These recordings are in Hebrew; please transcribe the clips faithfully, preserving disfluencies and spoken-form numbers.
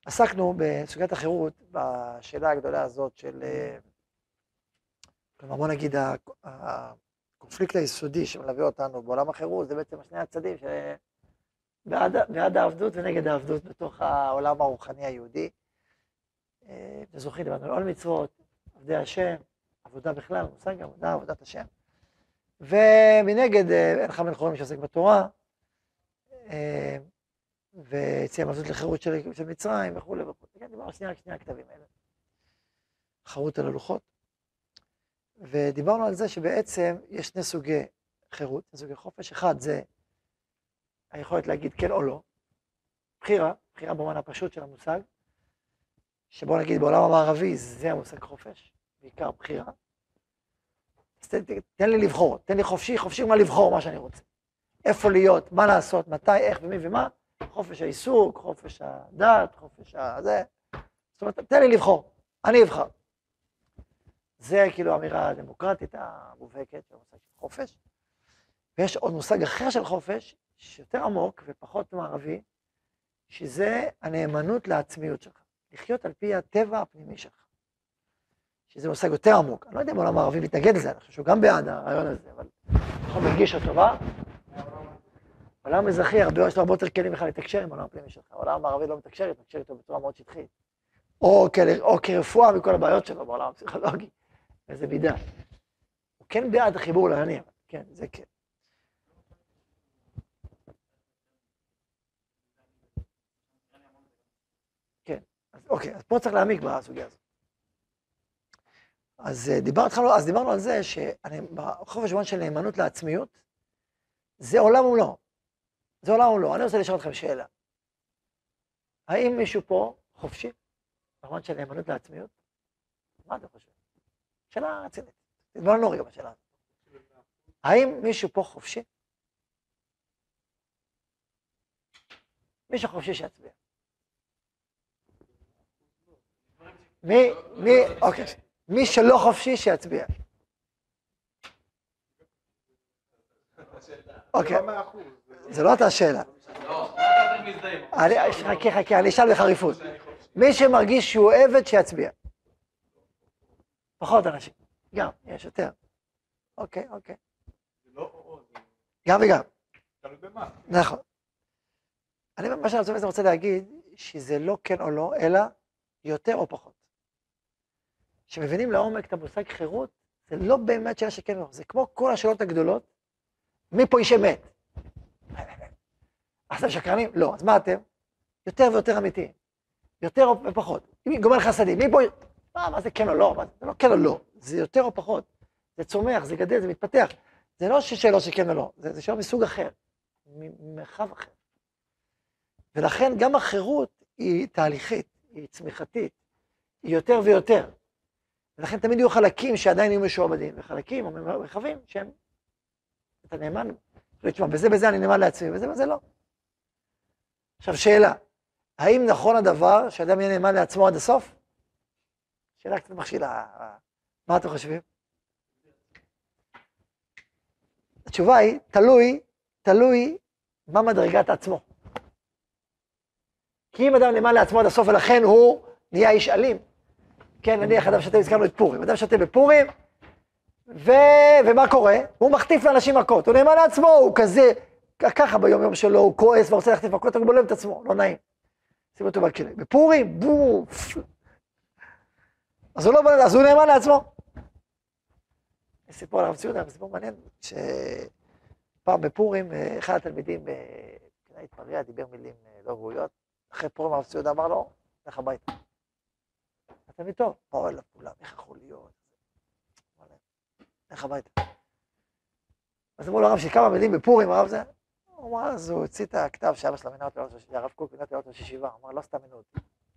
עסקנו בסוגיית החירות, בשאלה הגדולה הזאת של, כלומר בוא נגיד, הקונפליקט היסודי שמלווה אותנו בעולם החירות, זה בעצם שני הצדדים שבעד העבדות ונגד העבדות בתוך העולם הרוחני היהודי. אתם זוכרים, דיברנו על עול מצוות, עבדי השם, עבודה בכלל, מושג עבודה, עבודת השם. ומנגד, אין לך מלך חורם שעוסק בתורה, ויציאה מעבדות לחירות של, של מצרים וכו' וכו'. כן, דיברנו שנייה על שני הכתבים האלה. חירות על הלוחות. ודיברנו על זה שבעצם יש שני סוגי חירות, שני סוגי חופש. אחד זה היכולת להגיד כן או לא. בחירה, בחירה במובן הפשוט של המושג, שבוא נגיד בעולם המערבי זה המושג חופש, בעיקר בחירה. אז תן, תן לי לבחור, תן לי חופשי, חופשי מה לבחור מה שאני רוצה. איפה להיות, מה לעשות, מתי, איך ומי ומה. חופש העיסוק, חופש הדת, חופש הזה. זאת אומרת, תן לי לבחור, אני אבחר. זה כאילו האמירה הדמוקרטית המובהקת של המושג של חופש. ויש עוד מושג אחר של חופש, שיותר עמוק ופחות מערבי, שזה הנאמנות לעצמיות שלך. לחיות על פי הטבע הפנימי שלך. שזה מושג יותר עמוק. אני לא יודע אם העולם הערבי מתנגד לזה, אני חושב שהוא גם בעד הרעיון הזה, אבל אנחנו מרגיש אותו, מה? העולם המזרחי הרבה, יש לו הרבה יותר כלים בכלל לתקשר עם העולם הפנימי שלך. העולם הערבי לא מתקשר, מתקשר איתו בצורה מאוד שטחית. או, או כרפואה מכל הבעיות שלו בעולם הפסיכולוגי. איזה מידה. הוא כן בעד החיבור לעני, כן, זה כן. כן, אז אוקיי, אז פה צריך להעמיק בסוגיה הזאת. אז דיברנו, אז דיברנו על זה שבחופש במובן של נאמנות לעצמיות, זה עולם ומלואו. זה עולם ומלואו. אני רוצה לשאול אתכם שאלה. האם מישהו פה חופשי? במובן של נאמנות לעצמיות? מה אתם חושבים? שאלה רצינית. תדבר לנו רגע בשאלה. האם מישהו פה חופשי? מישהו חופשי שיצביע. מי, מי, אוקיי. מי שלא חופשי שיצביע. אוקיי. זה לא אותה שאלה. חכה, חכה, אני אשאל בחריפות. מי שמרגיש שהוא עבד שיצביע. פחות אנשים. גם, יש יותר. אוקיי, אוקיי. גם וגם. נכון. אני מה שאני רוצה להגיד, שזה לא כן או לא, אלא יותר או פחות. שמבינים לעומק את המושג חירות, זה לא באמת שאלה שכן או לא. זה כמו כל השאלות הגדולות, מי פה איש אמת? אתם שקרנים? לא. אז מה אתם? יותר ויותר אמיתיים. יותר ופחות. אם גומר חסדים, מי פה... מה, מה זה כן או לא? זה לא כן או לא. זה יותר או פחות. זה צומח, זה גדל, זה מתפתח. זה לא שאלות שכן או לא. זה, זה שאלות מסוג אחר. ממרחב אחר. ולכן גם החירות היא תהליכית, היא צמיחתית, היא יותר ויותר. ולכן תמיד יהיו חלקים שעדיין יהיו משועבדים, וחלקים או מרחבים שהם, אתה נאמן, תשמע, בזה בזה אני נאמן לעצמי, בזה בזה לא. עכשיו שאלה, האם נכון הדבר שאדם יהיה נאמן לעצמו עד הסוף? שאלה קצת מכשילה, מה אתם חושבים? התשובה היא, תלוי, תלוי מה מדרגת עצמו. כי אם אדם נאמן לעצמו עד הסוף ולכן הוא נהיה איש אלים, כן, נניח אדם שתה, הזכרנו את פורים, אדם שתה בפורים, ו... ומה קורה? הוא מחטיף לאנשים מכות, הוא נאמן לעצמו, הוא כזה, ככה ביום יום שלו, הוא כועס ורוצה להחטיף מכות, הוא בולם את עצמו, לא נעים. שים אותו בכלא. בפורים, בוף. אז הוא לא, אז הוא נאמן לעצמו. יש סיפור על הרב ציודה, סיפור מעניין, שפעם בפורים, אחד התלמידים בקנאית פריה דיבר מילים לא ראויות, אחרי פורים הרב ציודה אמר לו, לך הביתה. התלמיד טוב, באו אליו כולם, איך יכול להיות? לך הביתה. אז אמרו לו הרב שכמה מילים בפורים, הרב זה, הוא אמר, אז הוא הוציא את הכתב שאבא שלה מינה אותו, הרב קוק מינה אותו שישיבה, הוא אמר, לא סתם מינו אותי.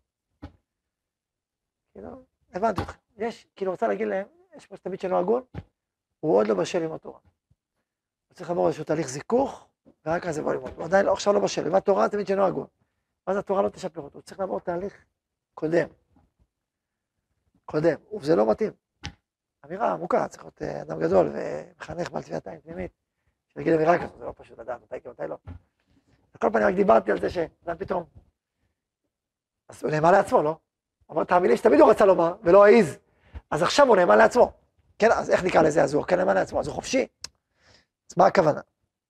כאילו, הבנתי אותך. יש, כאילו רוצה להגיד להם, יש פה תמיד שלא הגון, הוא עוד לא בשל עם התורה. הוא צריך לעבור איזשהו תהליך זיכוך, ורק אז יבוא ללמוד. הוא עדיין עכשיו לא בשל, עם התורה תמיד שלא הגון. אז התורה לא תשפר אותו, הוא צריך לעבור תהליך קודם. קודם, וזה לא מתאים. אמירה עמוקה, צריך להיות אדם גדול ומחנך בעל תביעת עין פנימית, שיגיד אמירה כזאת, זה לא פשוט לדעת, מתי כן, מתי לא. בכל פעם אני רק דיברתי על זה שאדם פתאום, אז הוא נאמן לעצמו, לא? הוא אמר את המילים שתמיד הוא רצה לומר, ולא העיז. אז עכשיו הוא נאמן לעצמו. כן, אז איך נקרא לזה? אז הוא כן נאמן לעצמו, אז הוא חופשי. אז מה הכוונה?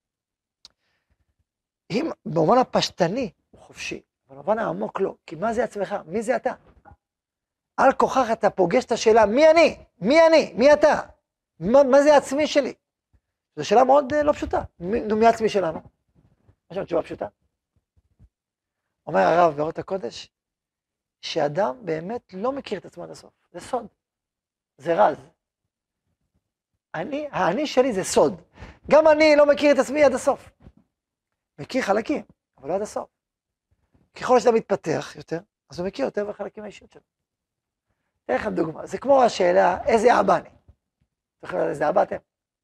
אם במובן הפשטני הוא חופשי, אבל במובן העמוק לא, כי מה זה עצמך? מי זה אתה? על כוכך אתה פוגש את השאלה, מי אני? מי אני? מי אתה? מה, מה זה העצמי שלי? זו שאלה מאוד uh, לא פשוטה. מי, נו, מי העצמי שלנו? יש לנו תשובה פשוטה. אומר הרב באורות הקודש, שאדם באמת לא מכיר את עצמו עד הסוף. זה סוד. זה רז. אני, האני שלי זה סוד. גם אני לא מכיר את עצמי עד הסוף. מכיר חלקים, אבל לא עד הסוף. ככל שאתה מתפתח יותר, אז הוא מכיר יותר בחלקים האישיות שלו. תראה לכם דוגמה, זה כמו השאלה, איזה אבא אני? אתם יכולים לדעת איזה אבא אתם?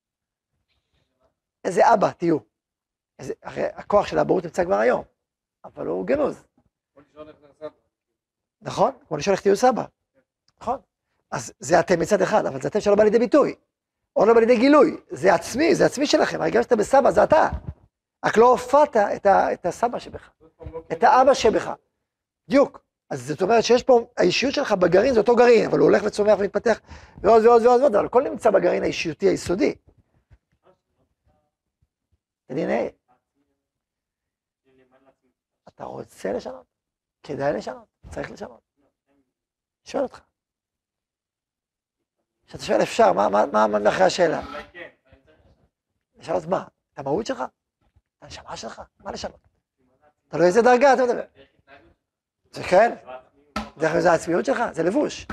איזה אבא תהיו? איזה, הרי הכוח של האבהות נמצא כבר היום, אבל הוא גנוז. נכון? כמו לשאול איך תהיו סבא. נכון? אז זה אתם מצד אחד, אבל זה אתם שלא בא לידי ביטוי. או לא בא לידי גילוי. זה עצמי, זה עצמי שלכם. הרי גם שאתה בסבא, זה אתה. רק לא הופעת את, ה, את הסבא שבך. את האבא שבך. בדיוק. אז זאת אומרת שיש פה, האישיות שלך בגרעין זה אותו גרעין, אבל הוא הולך וצומח ומתפתח ועוד ועוד ועוד ועוד, אבל הכל נמצא בגרעין האישיותי היסודי. הנה, אתה רוצה לשנות? כדאי לשנות? צריך לשנות? שואל אותך. כשאתה שואל אפשר, מה, מה, מה, מה אחרי השאלה? לשנות מה? את המהות שלך? את הנשמה שלך? מה לשנות? אתה לא איזה דרגה, אתה מדבר. זה כן? זה העצמיות שלך, זה לבוש.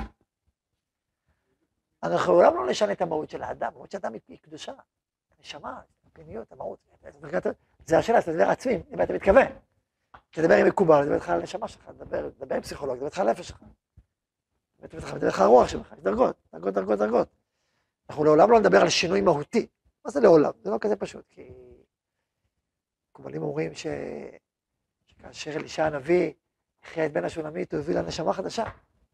אנחנו לעולם לא נשנה את המהות של האדם, המהות של האדם היא קדושה. הנשמה, הפנימיות, המהות. זה השאלה, אתה תדבר עצמי, אם אתה מתכוון. תדבר עם מקובל, תדבר איתך על הנשמה שלך, תדבר עם פסיכולוג, תדבר איתך על הנפש שלך. תדבר איתך על הרוח שלך, יש דרגות, דרגות, דרגות, דרגות. אנחנו לעולם לא נדבר על שינוי מהותי. מה זה לעולם? זה לא כזה פשוט, כי מקובלים אומרים שכאשר אלישע הנביא החיה את בן השולמית, הוא הביא לה נשמה חדשה.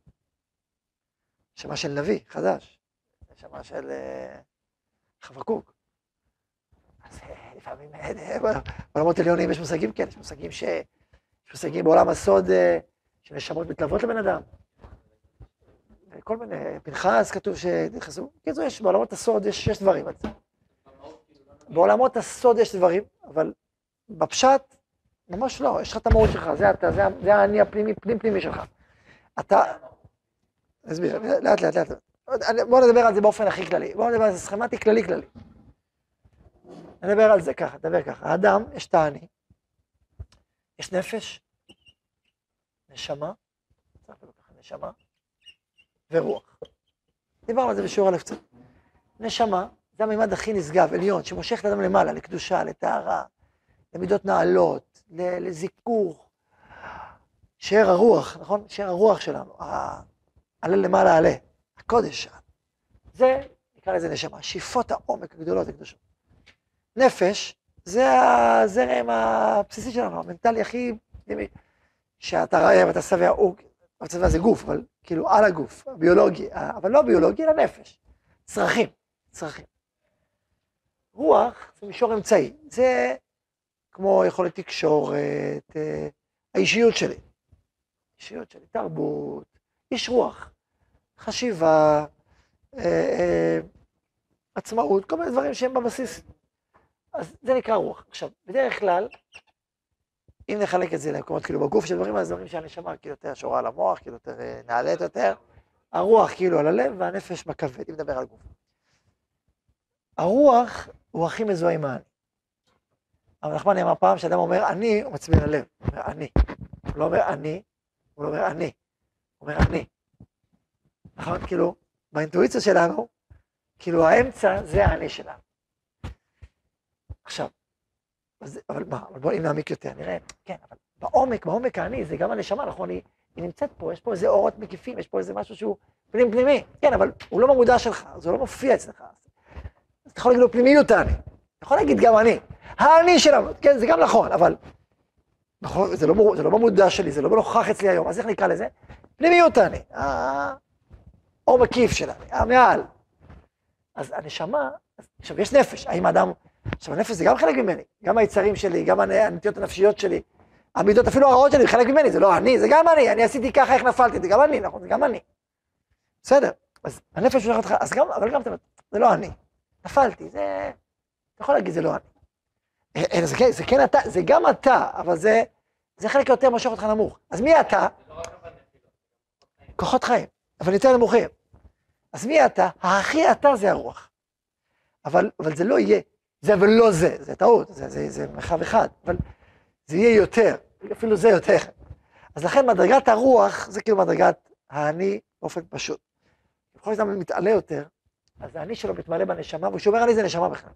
נשמה של נביא, חדש. נשמה של חבקוק. אז לפעמים, בעולמות עליונים יש מושגים כאלה, יש מושגים ש... יש מושגים בעולם הסוד שנשמות מתלוות לבן אדם. וכל מיני, פנחס כתוב שנכנסו, כאילו יש, בעולמות הסוד יש, יש דברים על זה. בעולמות הסוד יש דברים, אבל בפשט, ממש לא, יש לך את המהות שלך, זה אתה, זה, זה האני הפנימי, פנים פנימי שלך. אתה, נסביר, לאט לאט לאט. בואו נדבר על זה באופן הכי כללי, בואו נדבר על זה סכמטי כללי כללי. נדבר על זה ככה, נדבר ככה. האדם, יש את האני, יש נפש, נשמה, נשמה, ורוח. דיברנו על זה בשיעור א' קצת. נשמה, זה הממד הכי נשגב, עליון, שמושך את האדם למעלה, לקדושה, לטהרה, למידות נעלות, לזיכוך, שאר הרוח, נכון? שאר הרוח שלנו, עלה למעלה עלה, הקודש. זה, נקרא לזה נשמה, שאיפות העומק הגדולות הקדושות. נפש, זה הזרם הבסיסי שלנו, המנטלי הכי פנימי, שאתה רעב, אתה שבע, הוא, הצבע זה גוף, אבל כאילו על הגוף, ביולוגי, אבל לא ביולוגי, אלא נפש, צרכים, צרכים. רוח זה מישור אמצעי, זה כמו יכולת תקשורת, האישיות שלי, האישיות שלי, תרבות, יש רוח, חשיבה, עצמאות, כל מיני דברים שהם בבסיס. אז זה נקרא רוח. עכשיו, בדרך כלל, אם נחלק את זה למקומות כאילו בגוף של דברים, אז דברים שהנשמה כאילו יותר שורה על המוח, כאילו יותר נעלית יותר, הרוח כאילו על הלב והנפש בכבד, אם נדבר על גוף. הרוח הוא הכי מזוהה עם האני. אבל נחמן אמר פעם שאדם אומר אני, הוא מצביע ללב, הוא אומר אני. הוא לא אומר אני, הוא לא אומר אני, הוא אומר אני. נכון? כאילו, באינטואיציה שלנו, כאילו האמצע זה האני שלנו. עכשיו, אז, אבל מה, אבל בואו נעמיק יותר, נראה, כן, אבל בעומק, בעומק האני, זה גם הנשמה, נכון, היא, היא נמצאת פה, יש פה איזה אורות מקיפים, יש פה איזה משהו שהוא פנים פנימי, כן, אבל הוא לא במודע שלך, זה לא מופיע אצלך, אז אתה יכול להגיד לו פנימיות האני, אתה יכול להגיד גם אני, האני שלנו, כן, זה גם נכון, אבל, נכון, זה לא, זה לא במודע שלי, זה לא בנוכח אצלי היום, אז איך נקרא לזה? פנימיות האני, האור מקיף שלנו, המעל. אז הנשמה, עכשיו יש נפש, האם האדם, עכשיו הנפש זה גם חלק ממני, גם היצרים שלי, גם הנטיות הנפשיות שלי, המידות אפילו הרעות שלי, חלק ממני, זה לא אני, זה גם אני, אני עשיתי ככה, איך נפלתי, זה גם אני, נכון, זה גם אני. בסדר, אז הנפש שולח אותך, אז גם, אבל גם, זה לא אני. נפלתי, זה, אתה יכול להגיד, זה לא אני. זה, זה כן אתה, זה גם אתה, אבל זה, זה חלק יותר משוך אותך נמוך. אז מי אתה? כוחות חיים, אבל יותר נמוכים. אז מי אתה? הכי אתה זה הרוח. אבל, אבל זה לא יהיה, זה ולא זה, זה טעות, זה, זה, זה מרחב אחד, אבל זה יהיה יותר, אפילו זה יותר. אז לכן מדרגת הרוח, זה כאילו מדרגת האני באופן פשוט. בכל זאת מתעלה יותר, אז האני שלו מתמלא בנשמה, והוא שומר אני זה נשמה בכלל.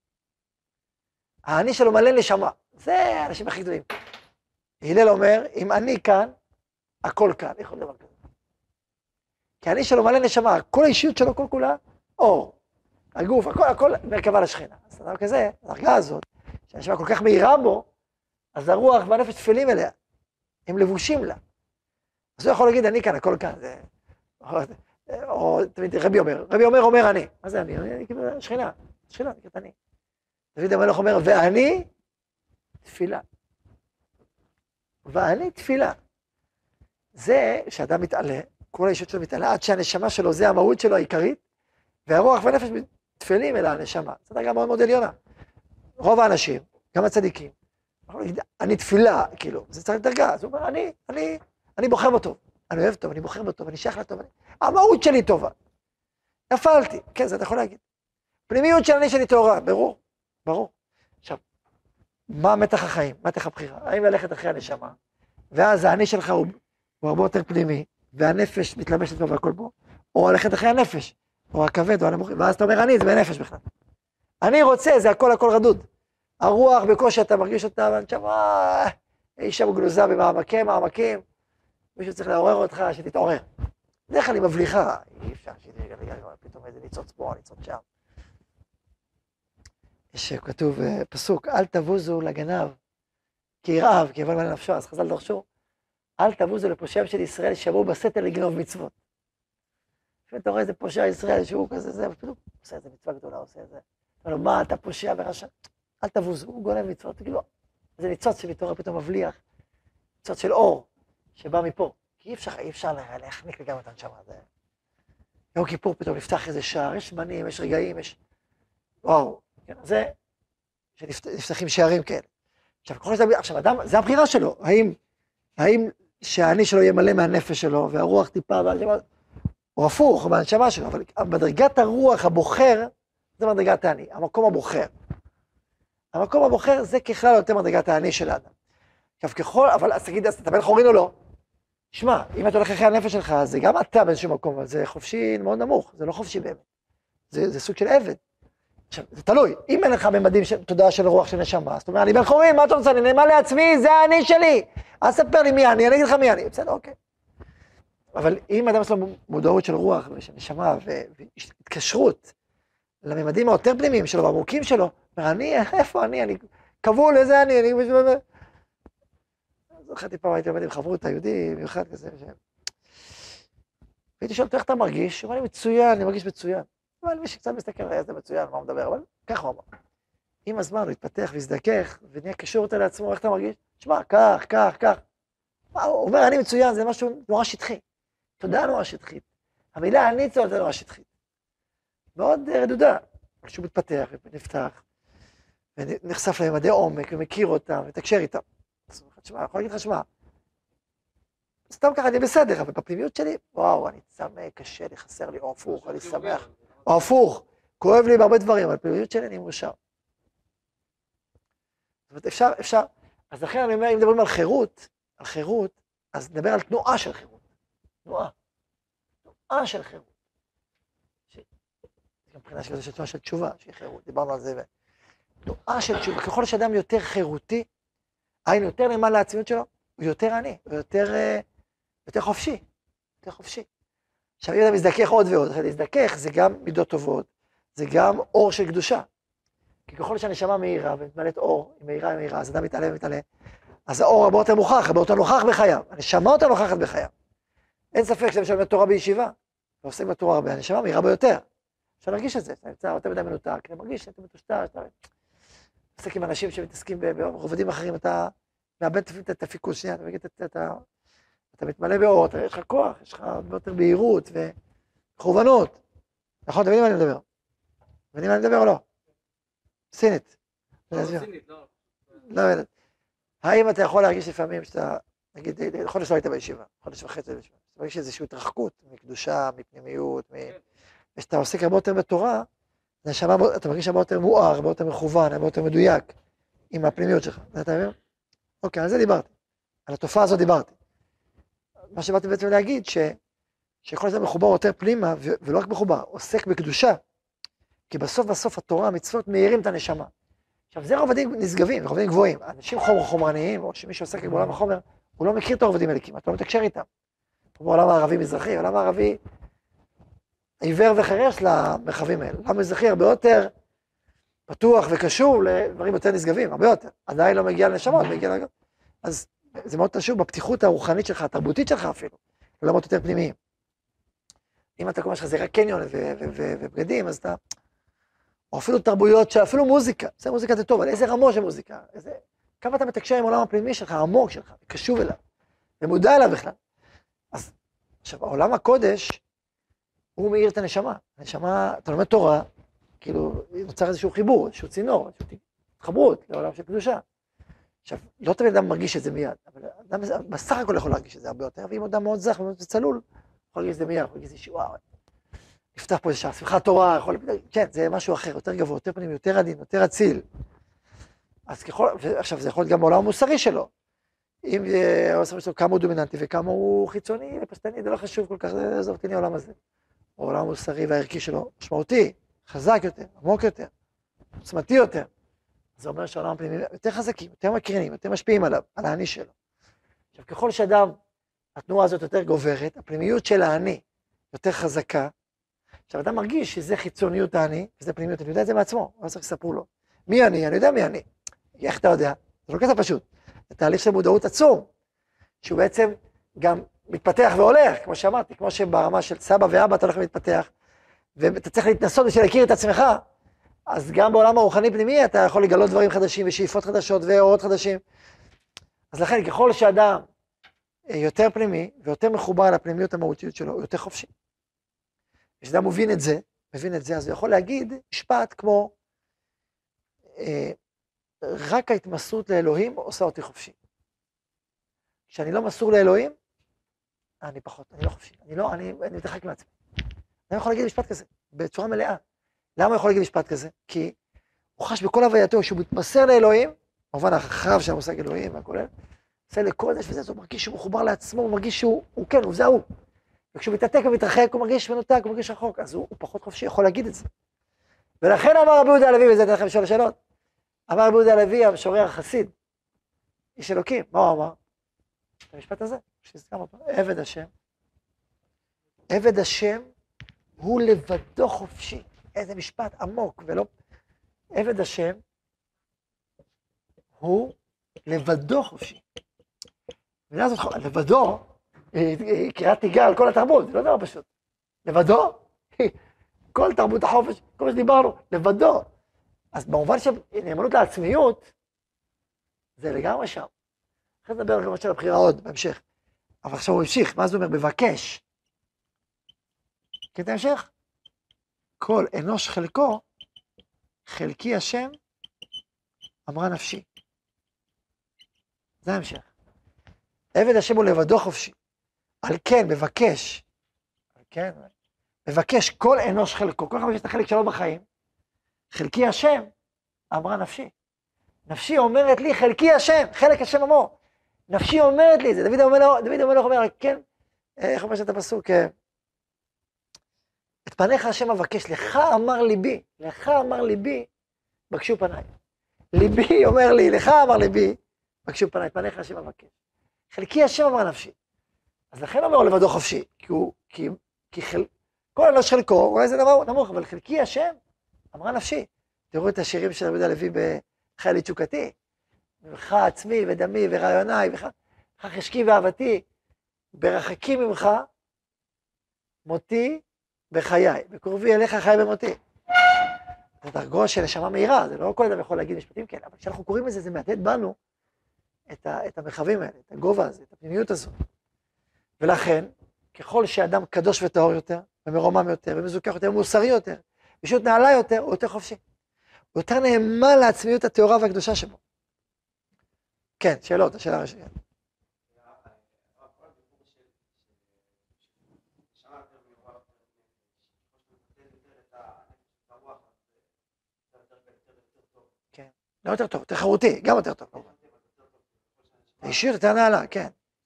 האני שלו מלא נשמה, זה האנשים הכי גדולים. הלל אומר, אם אני כאן, הכל כאן, יכול דבר כזה. כי האני שלו מלא נשמה, כל האישיות שלו, כל כולה, אור. הגוף, הכל, הכל מרכבה לשכינה. אז דבר כזה, הדרגה הזאת, שהנשמה כל כך מהירה בו, אז הרוח והנפש תפלים אליה, הם לבושים לה. אז הוא יכול להגיד, אני כאן, הכל כאן. זה... או תמיד רבי אומר, רבי אומר, אומר אני. מה זה אני? אני כאילו שכינה, שכינה, נקראת אני. דוד המלך אומר, ואני תפילה. ואני תפילה. זה שאדם מתעלה, כל האישות שלו מתעלה, עד שהנשמה שלו, זה המהות שלו העיקרית, והרוח והנפש תפלים אל הנשמה. זו דרגה מאוד מאוד עליונה. רוב האנשים, גם הצדיקים, אני תפילה, כאילו, זה צריך דרגה. אז הוא אומר, אני, אני, אני בוחר בו טוב. אני אוהב טוב, אני בוחר בו טוב, אני שייך לטוב. אני... המהות שלי טובה. נפלתי. כן, זה אתה יכול להגיד. פנימיות של אני שלי טהורה, ברור, ברור. עכשיו, מה מתח החיים? מה מתח הבחירה? האם ללכת אחרי הנשמה? ואז האני שלך הוא, הוא הרבה יותר פנימי, והנפש מתלבשת בו והכל בו, או ללכת אחרי הנפש, או הכבד, או הנמוך, ואז אתה אומר אני, זה בנפש בכלל. אני רוצה, זה הכל הכל רדוד. הרוח בקושי אתה מרגיש אותה, ואני שם, אה, היא שם גלוזה במעמקים, מעמקים, מישהו צריך לעורר אותך, שתתעורר. בדרך כלל היא מבליחה, אי אפשר, פתאום איזה ניצוץ פה, ניצוץ שם. יש כתוב פסוק, אל תבוזו לגנב, כי ירעב, כי יבוא לנפשו, אז חז"ל דרשו, אל תבוזו לפושעים של ישראל, שבו בסתר לגנוב מצוות. ואתה רואה איזה פושע ישראל שהוא כזה, זה, ופתאום עושה איזה מצווה גדולה, עושה איזה, אומר לו, מה אתה פושע ורשע? אל תבוזו, הוא גונב מצוות, תגידו, זה ניצוץ שמתעורר פתאום מבליח, ניצוץ של אור, שבא מפה. כי אי אפשר, אי אפשר להחניק לגמרי את הנשמה. זה... יום כיפור פתאום נפתח איזה שער, יש זמנים, יש רגעים, יש... וואו, כן, זה שנפתחים שערים כאלה. עכשיו, כל זה, עכשיו, אדם, זה הבחירה שלו, האם, האם שהאני שלו יהיה מלא מהנפש שלו, והרוח טיפה, או הפוך, מהנשמה שלו, אבל בדרגת הרוח הבוחר, זה מדרגת האני, המקום הבוחר. המקום הבוחר זה ככלל יותר מדרגת האני של האדם. עכשיו, ככל, אבל אז תגיד, אז אתה בן חורין או לא? שמע, אם אתה הולך אחרי הנפש שלך, זה גם אתה באיזשהו מקום, אבל זה חופשי מאוד נמוך, זה לא חופשי באמת. זה, זה סוג של עבד. עכשיו, זה תלוי, אם אין לך ממדים של תודעה של רוח של נשמה, זאת אומרת, אני בן חורין, מה אתה רוצה? אני נאמן לעצמי, זה האני שלי. אז ספר לי מי אני, אני אגיד לך מי אני, בסדר, אוקיי. אבל אם אדם יש לו מודעות של רוח ושל נשמה והתקשרות לממדים היותר פנימיים שלו, בעמוקים שלו, אומר, אני, איפה אני? אני כבול, איזה אני? אני... זוכרתי פעם, הייתי עומד עם חברות היהודי, מיוחד כזה, ש... והייתי שואל אותו, איך אתה מרגיש? הוא אמר לי, מצוין, אני מרגיש מצוין. אבל מי שקצת מסתכל, היה זה מצוין, מה הוא מדבר, אבל ככה הוא אמר. עם הזמן הוא התפתח והזדכך, ונהיה קשור אותה לעצמו, איך אתה מרגיש? תשמע, כך, כך, כך. הוא אומר, אני מצוין, זה משהו נורא שטחי. תודה נורא שטחית. המילה אני צועל זה נורא שטחית. מאוד רדודה. כשהוא מתפתח ונפתח, ונחשף לממדי עומק, ומכיר אותם, ותקשר איתם. תשמע, אני יכול להגיד לך, שמע, סתם ככה אני בסדר, אבל בפנימיות שלי, וואו, אני צמא, קשה לי, חסר לי, או הפוך, אני שמח, או הפוך, כואב לי בהרבה דברים, אבל בפנימיות שלי אני מאושר. זאת אומרת, אפשר, אפשר, אז לכן אני אומר, אם מדברים על חירות, על חירות, אז נדבר על תנועה של חירות. תנועה. תנועה של חירות. גם מבחינה של תנועה של תשובה, שהיא חירות, דיברנו על זה. תנועה של תשובה, ככל שאדם יותר חירותי, היינו יותר נאמן לעצמיות שלו, הוא יותר עני, הוא יותר, יותר חופשי, יותר חופשי. עכשיו, אם אתה מזדכך עוד ועוד, אחרי להזדכך זה גם מידות טובות, זה גם אור של קדושה. כי ככל שהנשמה מהירה ומתמלאת אור, היא מהירה, היא מהירה, אז אדם מתעלה ומתעלה, אז האור הרבה יותר מוכח, הרבה יותר נוכח בחייו, הנשמה יותר נוכחת בחייו. אין ספק שאתה משלם תורה בישיבה, ועושים בתורה הרבה, הנשמה מהירה ביותר. אפשר להרגיש את זה, אתה נמצא יותר מדי מנותק, אתה מרגיש שאתה מטושטש, אתה... מתעסק עם אנשים שמתעסקים ברובדים אחרים, אתה מאבד את הפיקוס, שנייה, אתה, אתה, אתה, אתה מתמלא באור, אתה, יש לך כוח, יש לך הרבה יותר בהירות ומכוונות. נכון, אתם יודעים מה אני מדבר? מבינים מה אני מדבר או לא? סינית. לא, סינית, לא. לא יודעת. האם אתה יכול להרגיש לפעמים שאתה, נגיד, חודש לא היית בישיבה, חודש וחצי בישיבה, אתה מרגיש איזושהי התרחקות מקדושה, מפנימיות, מ... ושאתה עוסק הרבה יותר בתורה, נשמה, אתה מרגיש הרבה יותר מואר, הרבה יותר מכוון, הרבה יותר מדויק עם הפנימיות שלך. אתה מבין? אוקיי, על זה דיברתי. על התופעה הזאת דיברתי. מה שבאתי בעצם להגיד, ש... שכל זה מחובר יותר פנימה, ו... ולא רק מחובר, עוסק בקדושה. כי בסוף בסוף התורה, המצוות מאירים את הנשמה. עכשיו, זה רבדים נשגבים, רבדים גבוהים. אנשים חומר חומרניים, או שמי שעוסק בעולם החומר, הוא לא מכיר את הרבדים האלה כמעט, לא מתקשר איתם. כמו בעולם הערבי-מזרחי, העולם הערבי עיוור וחרש למרחבים האלה. העולם המזרחי הרבה יותר פתוח וקשור לדברים יותר נשגבים, הרבה יותר. עדיין לא מגיע לנשמות, מגיע לנשמות. אז זה מאוד קשור בפתיחות הרוחנית שלך, התרבותית שלך אפילו, לעולמות יותר פנימיים. אם אתה כמו שלך זה רק קניון ובגדים, אז אתה... או אפילו תרבויות, אפילו מוזיקה, זה מוזיקה זה טוב, אבל איזה רמו של מוזיקה, איזה... כמה אתה מתקשר עם העולם הפנימי שלך, העמוק שלך, קשוב אליו, ומודע אליו בכלל. אז עכשיו, העולם הקודש, הוא מאיר את הנשמה. הנשמה, אתה לומד תורה, כאילו, נוצר איזשהו חיבור, איזשהו צינור, איזשהו התחברות לעולם של קדושה. עכשיו, לא תמיד אדם מרגיש את זה מיד, אבל אדם בסך הכל יכול להרגיש את זה הרבה יותר, ואם אדם מאוד זך ומאוד צלול, יכול להרגיש את זה מיד, יכול להרגיש את זה וואו, נפתח פה איזה שעה, שמחת תורה, יכול... כן, זה משהו אחר, יותר גבוה, יותר פנימי, יותר עדין, יותר אציל. אז ככל, עכשיו זה יכול להיות גם בעולם המוסרי שלו. אם העולם שלו כמה הוא דומיננטי וכמה הוא חיצוני ופשטני, זה לא חשוב כל כך, זה זורתני העולם הזה. העולם המוסרי והערכי שלו משמעותי, חזק יותר, עמוק יותר, עוצמתי יותר. זה אומר שהעולם הפנימי יותר חזקים, יותר מקרינים, יותר משפיעים עליו, על האני שלו. עכשיו, ככל שאדם, התנועה הזאת יותר גוברת, הפנימיות של האני יותר חזקה. עכשיו, אדם מרגיש שזה חיצוניות האני, וזה פנימיות, אני יודע את זה מעצמו, לא צריך לספרו לו. מי אני? אני יודע מי אני. איך אתה יודע? זה לא כזה פשוט. זה תהליך של מודעות עצום, שהוא בעצם גם מתפתח והולך, כמו שאמרתי, כמו שברמה של סבא ואבא אתה הולך ומתפתח, ואתה צריך להתנסות בשביל להכיר את עצמך, אז גם בעולם הרוחני פנימי אתה יכול לגלות דברים חדשים ושאיפות חדשות ואורות חדשים. אז לכן, ככל שאדם יותר פנימי ויותר מחובר לפנימיות המהותיות שלו, הוא יותר חופשי. כשאדם מבין את זה, מבין את זה, אז הוא יכול להגיד משפט כמו, אה, רק ההתמסרות לאלוהים עושה אותי חופשי. כשאני לא מסור לאלוהים, אני פחות, אני לא חופשי, אני לא, אני, אני מתרחק מעצמי. אני יכול להגיד משפט כזה, בצורה מלאה. למה הוא יכול להגיד משפט כזה? כי הוא חש בכל הווייתו, שהוא מתמסר לאלוהים, במובן הרחב של המושג אלוהים והכולל, עושה לקודש וזה, הוא מרגיש שהוא מחובר לעצמו, הוא מרגיש שהוא, הוא כן, הוא זה הוא. וכשהוא מתעתק ומתרחק, הוא מרגיש מנותק, הוא מרגיש רחוק, אז הוא, הוא פחות חופשי, יכול להגיד את זה. ולכן אמר רבי יהודה הלוי, וזה אתן לכם לשאול שאלות, אמר רבי יהודה הלוי, המשורר החסיד, איש אלוקים, מה הוא אמר? את המשפט הזה, שהזכרנו פה, עבד השם, עבד השם הוא לבדו חופשי, איזה משפט עמוק, ולא, עבד השם הוא לבדו חופשי. ואז לבדו, קריאת תיגר על כל התרבות, זה לא דבר פשוט. לבדו, כל תרבות החופש, כל מה שדיברנו, לבדו. אז במובן שנאמנות לעצמיות, זה לגמרי שם. אחרי זה נדבר גם של הבחירה עוד, בהמשך. אבל עכשיו הוא המשיך, מה זה אומר? מבקש. כן, תמשך? כל אנוש חלקו, חלקי השם, אמרה נפשי. זה ההמשך. עבד השם הוא לבדו חופשי. על כן, מבקש, על כן, מבקש כל אנוש חלקו, כל אחד יש את החלק שלו בחיים, חלקי השם, אמרה נפשי. נפשי אומרת לי, חלקי השם, חלק השם אמור. נפשי אומרת לי, זה דוד אומר לו, דוד אומר לו, אומר, כן, איך אומר שאת הפסוק, את פניך השם אבקש, לך אמר ליבי, לך אמר ליבי, בקשו פניי. ליבי אומר לי, לך אמר ליבי, בקשו פניי, את פניך השם אבקש. חלקי השם אמרה נפשי. אז לכן אומר לו לבדו חופשי, כי הוא, כי, כי חל... כל אנוש חלקו, אולי זה דבר נמוך, אבל חלקי השם אמרה נפשי. תראו את השירים של רבי יהודה הלוי בחיילי תשוקתי, ממך עצמי ודמי ורעיוניי, וכך חשקי ואהבתי, ברחקים ממך, מותי בחיי, בקורבי אליך חי במותי. זה דרגו של נשמה מהירה, זה לא כל אדם יכול להגיד משפטים כאלה, אבל כשאנחנו קוראים לזה, זה מהדהד בנו, את, ה, את המרחבים האלה, את הגובה הזה, את הפנימיות הזאת. ולכן, ככל שאדם קדוש וטהור יותר, ומרומם יותר, ומזוכח יותר, ומוסרי יותר, פשוט נעלה יותר, הוא יותר חופשי. הוא יותר נאמן לעצמיות הטהורה והקדושה שבו. כן, שאלות, השאלה הראשונה. כן, לא יותר טוב, תחרותי, גם יותר טוב. אישיות יותר נעלה, כן.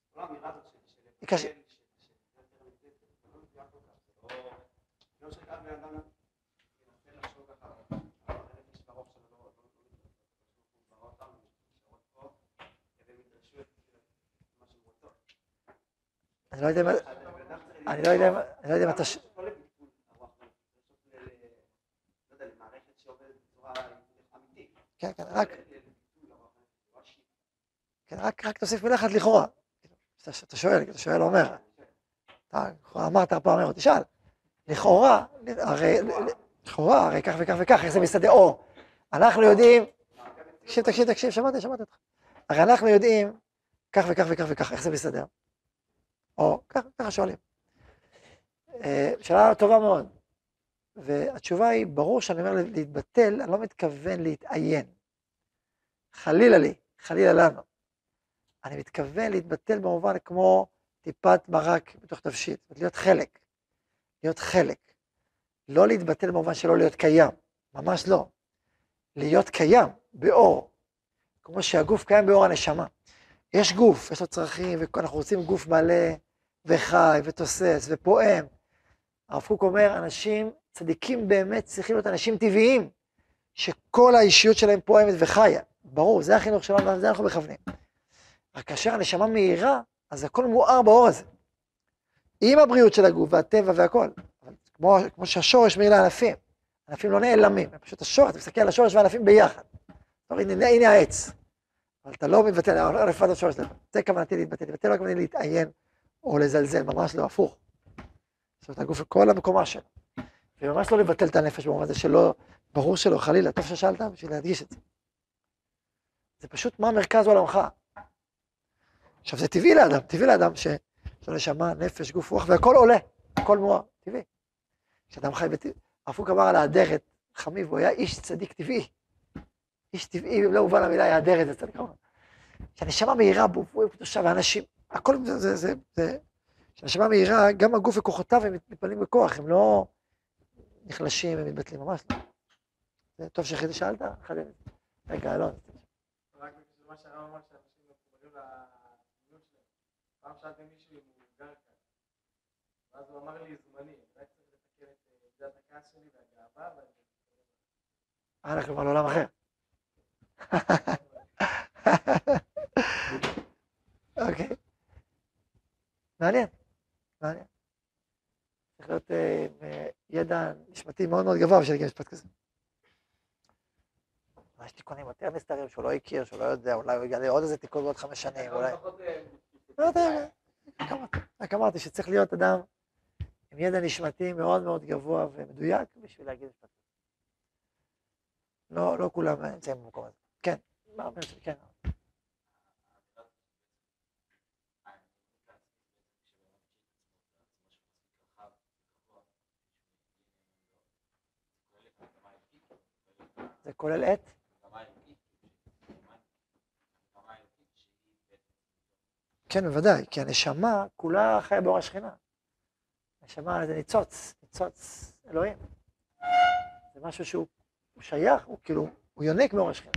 אני לא יודע מה, אני לא יודע, אני לא יודע מה אתה... כן, כן, רק... כן, רק, רק תוסיף מילה אחת לכאורה. אתה שואל, אתה שואל אומר. אתה אמרת פעם אמרת, תשאל. לכאורה, הרי, לכאורה, הרי כך וכך וכך, איך זה מסתדר? או, אנחנו יודעים... תקשיב, תקשיב, תקשיב, שמעתי, שמעתי אותך. הרי אנחנו יודעים כך וכך וכך וכך, איך זה מסתדר? או, ככה שואלים. שאלה טובה מאוד. והתשובה היא, ברור שאני אומר להתבטל, אני לא מתכוון להתעיין. חלילה לי, חלילה לנו. אני מתכוון להתבטל במובן כמו טיפת מרק בתוך תבשיל, להיות חלק, להיות חלק. לא להתבטל במובן שלא להיות קיים, ממש לא. להיות קיים באור, כמו שהגוף קיים באור הנשמה. יש גוף, יש לו צרכים, ואנחנו רוצים גוף מלא וחי ותוסס ופועם. הרב קוק אומר, אנשים צדיקים באמת צריכים להיות אנשים טבעיים, שכל האישיות שלהם פועמת וחיה. ברור, זה החינוך שלנו, זה אנחנו מכוונים. רק כאשר הנשמה מהירה, אז הכל מואר באור הזה. עם הבריאות של הגוף והטבע והכל. כמו, כמו שהשורש מאיר לענפים. ענפים לא נעלמים, הם פשוט השורש, אתה מסתכל על השורש והענפים ביחד. הנה, הנה, הנה העץ. אבל אתה לא מתבטל, לא לפעד השורש לבד. זה כוונתי להתבטל, להתבטל לא כוונתי להתעיין או לזלזל, ממש לא, הפוך. זאת אומרת, הגוף כל המקומה שלו. וממש לא לבטל את הנפש במובן הזה שלא, ברור שלא, חלילה, טוב ששאלת בשביל להדגיש את זה. זה פשוט מה מרכז עולמך. עכשיו זה טבעי לאדם, טבעי לאדם שיש לו נשמה, נפש, גוף, רוח, והכל עולה, הכל מואר, טבעי. כשאדם חי בטבעי, הרב קוק אמר על האדרת, חמיב, הוא היה איש צדיק טבעי. איש טבעי, אם לא הובן המילה, היה אדרת, זה צדיק. כשהנשמה מהירה בו, הוא קדושה, ואנשים, הכל זה, זה, זה, זה, כשהנשמה מהירה, גם הגוף וכוחותיו הם מתפעלים בכוח, הם לא נחלשים, הם מתבטלים, ממש לא. זה טוב שחידי שאלת, חדד. רגע, אלון. רק מה שהרב אמר שאנשים מחוברים לדמיון שלהם. פעם שאלתי מישהו אם הוא גר כאן. ואז הוא אמר לי זמני, רק צריך לתקן את מידת הכעס שלי והגאווה ואני... אה, אנחנו כבר לעולם אחר. אוקיי. מעניין, מעניין. צריך להיות ידע נשמתי מאוד מאוד גבוה בשביל להגיע משפט כזה. יש תיקונים יותר נסתרים שהוא לא הכיר, שהוא לא יודע, אולי הוא יגלה עוד איזה תיקון בעוד חמש שנים, אולי... לא יודע, רק אמרתי שצריך להיות אדם עם ידע נשמתי מאוד מאוד גבוה ומדויק בשביל להגיד משפט כזה. לא כולם נמצאים במקום הזה. כן, מה אומר שלי, כן. זה כולל את? כן, בוודאי, כי הנשמה כולה חיה באור השכינה. הנשמה זה ניצוץ, ניצוץ אלוהים. זה משהו שהוא שייך, הוא כאילו, הוא יונק באור השכינה.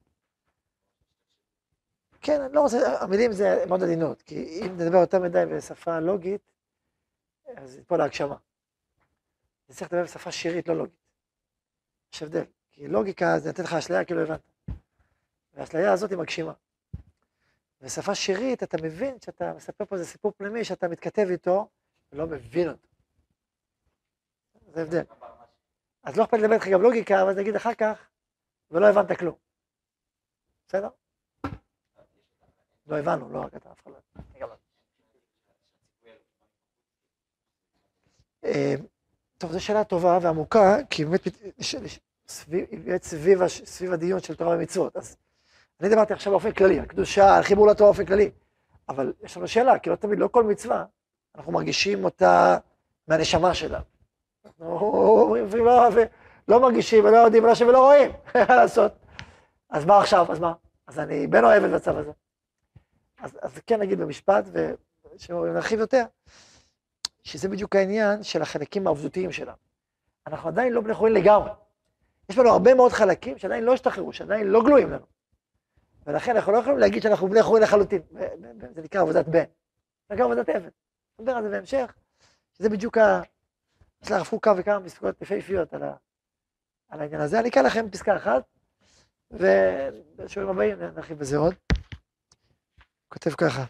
כן, אני לא רוצה, המילים זה מאוד עדינות, כי אם נדבר יותר מדי בשפה לוגית, אז זה פה להגשמה. זה צריך לדבר בשפה שירית, לא לוגית. יש הבדל, כי לוגיקה זה נתן לך אשליה כאילו הבנת. והאשליה הזאת היא מגשימה. בשפה שירית אתה מבין שאתה מספר פה איזה סיפור פנימי שאתה מתכתב איתו ולא מבין אותו. זה הבדל. אז לא אכפת לדבר איתך גם לוגיקה, אבל נגיד אחר כך, ולא הבנת כלום. בסדר? לא הבנו, לא רק אתה אף אחד לא. טוב, זו שאלה טובה ועמוקה, כי באמת סביב הדיון של תורה ומצוות. אז אני דיברתי עכשיו באופן כללי, הקדושה, החיבור לתורה באופן כללי, אבל יש לנו שאלה, כי לא תמיד, לא כל מצווה, אנחנו מרגישים אותה מהנשמה שלה. אנחנו לא, לא מרגישים ולא יודעים ולא ולא רואים, מה לעשות? אז מה עכשיו? אז מה? אז אני בין אוהב את הצו הזה. אז, אז כן נגיד במשפט, ונרחיב יותר, שזה בדיוק העניין של החלקים העבדותיים שלנו. אנחנו עדיין לא בני חורין לגמרי. יש לנו הרבה מאוד חלקים שעדיין לא השתחררו, שעדיין לא גלויים לנו. ולכן אנחנו לא יכולים להגיד שאנחנו בני חורין לחלוטין. זה נקרא עבודת בן. זה נקרא עבודת עבד. נדבר על זה בהמשך, שזה בדיוק ה... יש לה רפו כמה וכמה פסקאות יפהפיות על, ה... על העניין הזה. אני אקרא לכם פסקה אחת, ובשיעורים הבאים נרחיב בזה עוד. כותב ככה.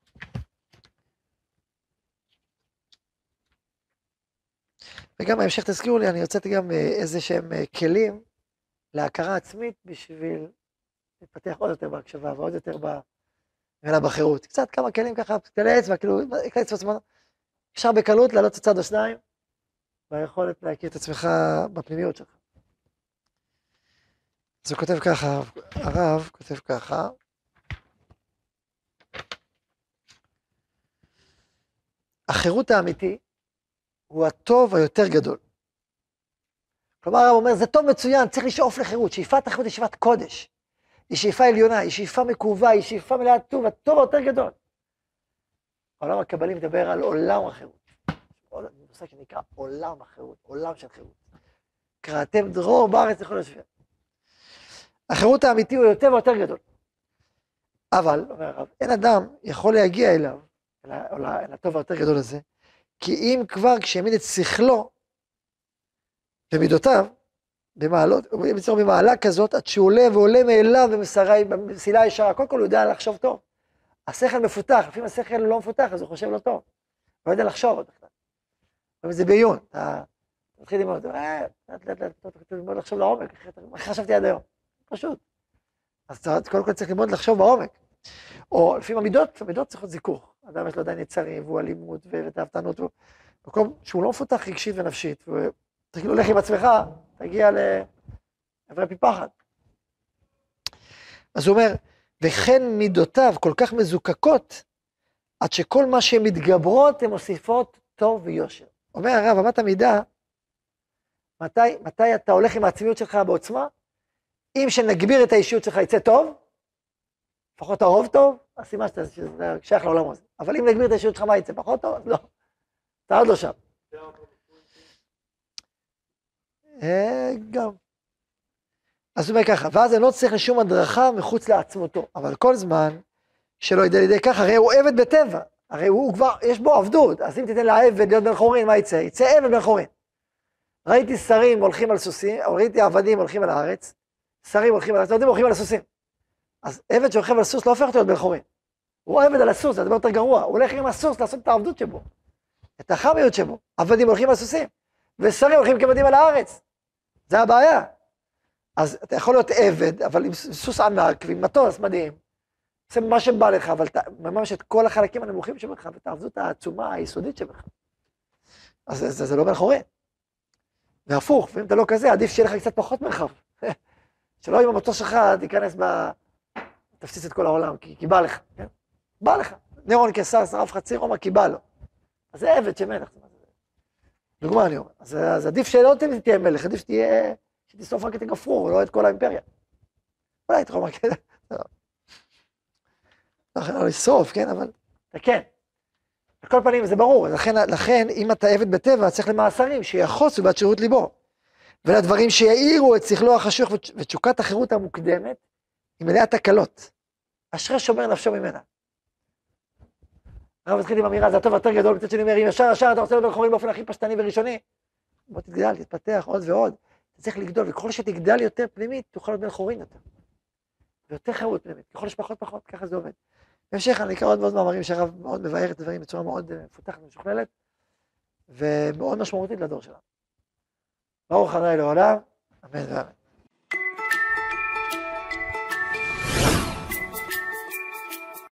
וגם בהמשך תזכירו לי, אני רציתי גם איזה שהם כלים להכרה עצמית בשביל להתפתח עוד יותר בהקשבה ועוד יותר בחירות. קצת כמה כלים ככה, כלי אצבע, כאילו, כלי אצבע עצמו, אפשר בקלות לעלות את צד או שניים, והיכולת להכיר את עצמך בפנימיות שלך. אז הוא כותב ככה, הרב כותב ככה, החירות האמיתי הוא הטוב היותר גדול. כלומר, הרב אומר, זה טוב מצוין, צריך לשאוף לחירות, שאיפת החירות היא שאיפת קודש, היא שאיפה עליונה, היא שאיפה מקרובה, היא שאיפה מלאה טוב, הטוב היותר גדול. העולם הקבלי מדבר על עולם החירות. זה מושג שנקרא עולם החירות, עולם של חירות. קראתם דרור בארץ לכל השפיה. החירות האמיתי הוא יותר ויותר גדול. אבל, אומר הרב, אין אדם יכול להגיע אליו, אל, אל, אל הטוב היותר גדול הזה, כי אם כבר כשהעמיד את שכלו ומידותיו, במעלות, בצורה במעלה כזאת, עד שהוא עולה ועולה מאליו במסילה ישרה, קודם כל הוא יודע לחשוב טוב. השכל מפותח, לפעמים השכל לא מפותח, אז הוא חושב לא טוב. הוא לא יודע לחשוב עוד בכלל. וזה בעיון, אתה מתחיל ללמוד, אה, לאט לאט לאט, אתה ללמוד לחשוב לעומק, איך חשבתי עד היום? פשוט. אז קודם כל צריך ללמוד לחשוב בעומק. או לפעמים המידות, המידות צריכות זיכוך. אדם יש לו עדיין יצרים, והוא אלימות, ותאוותנות, מקום שהוא לא מפותח רגשית ונפשית, ואתה כאילו הולך עם עצמך, תגיע לעברי פי פחד. אז הוא אומר, וכן מידותיו כל כך מזוקקות, עד שכל מה שהן מתגברות, הן מוסיפות טוב ויושר. אומר הרב, אמת המידה, מתי, מתי אתה הולך עם העצמיות שלך בעוצמה? אם שנגביר את האישיות שלך יצא טוב, לפחות הרוב טוב, אז סימן שזה שייך לעולם הזה. אבל אם נגביר את האישיות שלך מה יצא פחות טוב, אז לא. אתה עוד לא שם. גם. אז הוא אומר ככה, ואז אני לא צריך לשום הדרכה מחוץ לעצמותו, אבל כל זמן שלא ידע לידי כך, הרי הוא עבד בטבע, הרי הוא כבר, יש בו עבדות, אז אם תיתן לעבד להיות בן חורין, מה יצא? יצא עבד בן חורין. ראיתי שרים הולכים על סוסים, או ראיתי עבדים הולכים על הארץ, שרים הולכים על הארץ, עבדים הולכים על הסוסים. אז עבד שהולכים על הסוס לא הופך להיות בן חורין. הוא עבד על הסוס, זה דבר יותר גרוע, הוא הולך עם הסוס לעשות את העבדות שבו, את החמיות שבו. עבדים הולכים על סוסים, ושרים הולכים כעבדים על הארץ. זה הבעיה. אז אתה יכול להיות עבד, אבל עם סוס ענק ועם מטוס מדהים, עושה מה שבא לך, אבל אתה ממש את כל החלקים הנמוכים שבך, ואת העבדות העצומה, היסודית שבך. אז זה, זה, זה לא בן חורין. והפוך, ואם אתה לא כזה, עדיף שיהיה לך קצת פחות מרחב. שלא עם המטוס שלך תיכנס ב... תפציץ את כל העולם, כי, כי בא לך, כן? בא לך. נירון קיסר שרף חצי רומא, כי בא לו. אז זה עבד שמלך. דוגמה אני אומר. אז, אז עדיף שלא תהיה מלך, עדיף שתהיה... שתסוף רק את הגפרור, לא את כל האימפריה. אולי את רומא, כן? לא לסוף, כן? אבל... כן. על כל פנים, זה ברור. לכן, לכן, אם אתה עבד בטבע, צריך למאסרים שיחוסו בעד שירות ליבו. ולדברים שיעירו את שכלו החשוך ותשוקת החירות המוקדמת, היא מלאת תקלות. אשרי שומר נפשו ממנה. הרב התחיל עם אמירה, זה הטוב יותר גדול, קצת שאני אומר, אם ישר ישר אתה רוצה להיות בן חורין באופן הכי פשטני וראשוני, בוא תגדל, תתפתח עוד ועוד. אתה צריך לגדול, וככל שתגדל יותר פנימית, תוכל להיות בן חורין יותר. ויותר חירות פנימית, ככל שפחות פחות, ככה זה עובד. בהמשך אני אקרא עוד ועוד מאמרים שהרב מאוד מבאר את הדברים בצורה מאוד מפותחת ומשוכללת, ומאוד משמעותית לדור שלנו. ברוך ה' לעולם, אמן ואמן.